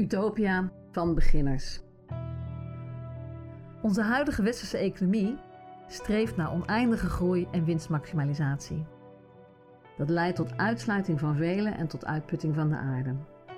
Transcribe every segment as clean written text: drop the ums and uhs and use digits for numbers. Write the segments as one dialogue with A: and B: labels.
A: Utopia van beginners. Onze huidige westerse economie streeft naar oneindige groei en winstmaximalisatie. Dat leidt tot uitsluiting van velen en tot uitputting van de aarde.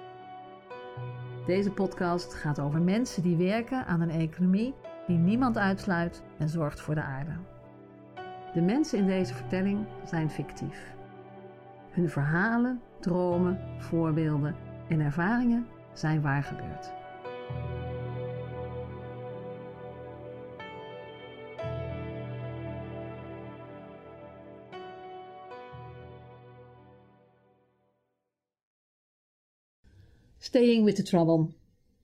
A: Deze podcast gaat over mensen die werken aan een economie die niemand uitsluit en zorgt voor de aarde. De mensen in deze vertelling zijn fictief. Hun verhalen, dromen, voorbeelden en ervaringen zijn waar gebeurd. Staying with the trouble.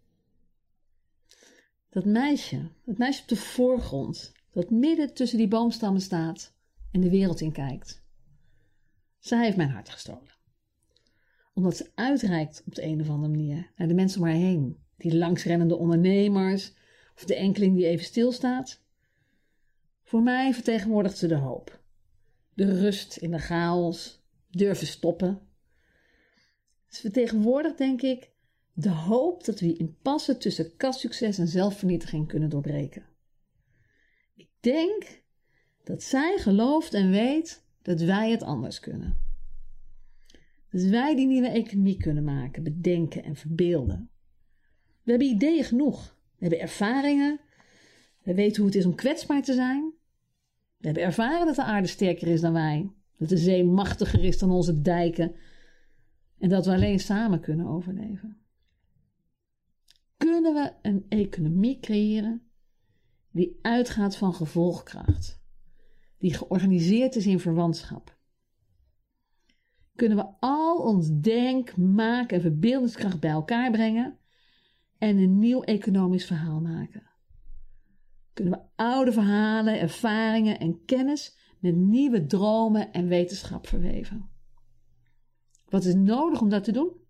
A: Dat meisje op de voorgrond, dat midden tussen die boomstammen staat en de wereld in kijkt. Zij heeft mijn hart gestolen. Omdat ze uitreikt op de een of andere manier naar de mensen om haar heen. Die langsrennende ondernemers of de enkeling die even stilstaat. Voor mij vertegenwoordigt ze de hoop. De rust in de chaos, durven stoppen. Ze vertegenwoordigt, denk ik, de hoop dat we die impasse tussen kassucces en zelfvernietiging kunnen doorbreken. Ik denk dat zij gelooft en weet dat wij het anders kunnen. Dat wij die nieuwe economie kunnen maken, bedenken en verbeelden. We hebben ideeën genoeg. We hebben ervaringen. We weten hoe het is om kwetsbaar te zijn. We hebben ervaren dat de aarde sterker is dan wij. Dat de zee machtiger is dan onze dijken. En dat we alleen samen kunnen overleven. Kunnen we een economie creëren die uitgaat van gevolgkracht. Die georganiseerd is in verwantschap. Kunnen we al ons denk-, maak- en verbeeldingskracht bij elkaar brengen en een nieuw economisch verhaal maken. Kunnen we oude verhalen, ervaringen en kennis met nieuwe dromen en wetenschap verweven. Wat is nodig om dat te doen?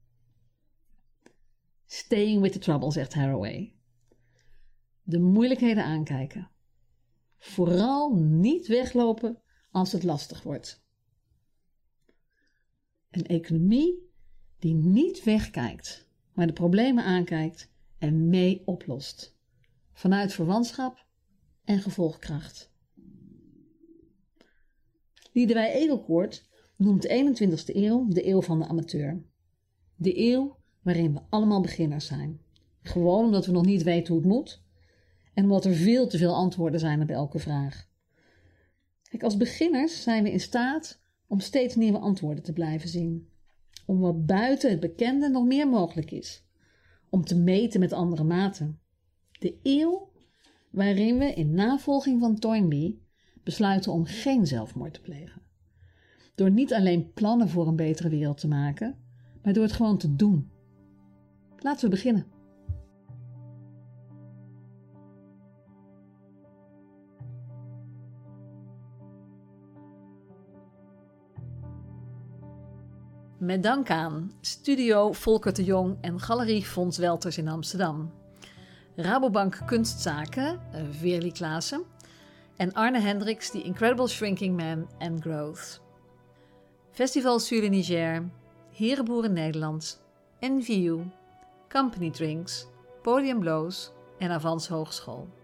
A: Staying with the trouble, zegt Haraway. De moeilijkheden aankijken. Vooral niet weglopen als het lastig wordt. Een economie die niet wegkijkt, maar de problemen aankijkt en mee oplost. Vanuit verwantschap en gevolgkracht. Liedewij Edelkoort noemt de 21ste eeuw de eeuw van de amateur. De eeuw waarin we allemaal beginners zijn. Gewoon omdat we nog niet weten hoe het moet en omdat er veel te veel antwoorden zijn op elke vraag. Kijk, als beginners zijn we in staat om steeds nieuwe antwoorden te blijven zien. Om wat buiten het bekende nog meer mogelijk is. Om te meten met andere maten. De eeuw waarin we in navolging van Toynbee besluiten om geen zelfmoord te plegen. Door niet alleen plannen voor een betere wereld te maken, maar door het gewoon te doen. Laten we beginnen. Met dank aan Studio Volkert de Jong en Galerie Fons Welters in Amsterdam. Rabobank Kunstzaken, Veerli Klaassen. En Arne Hendricks, The Incredible Shrinking Man and Growth. Festival Sur le Niger, Herenboeren Nederland, NVU, Company Drinks, Podium Blows en Avans Hogeschool.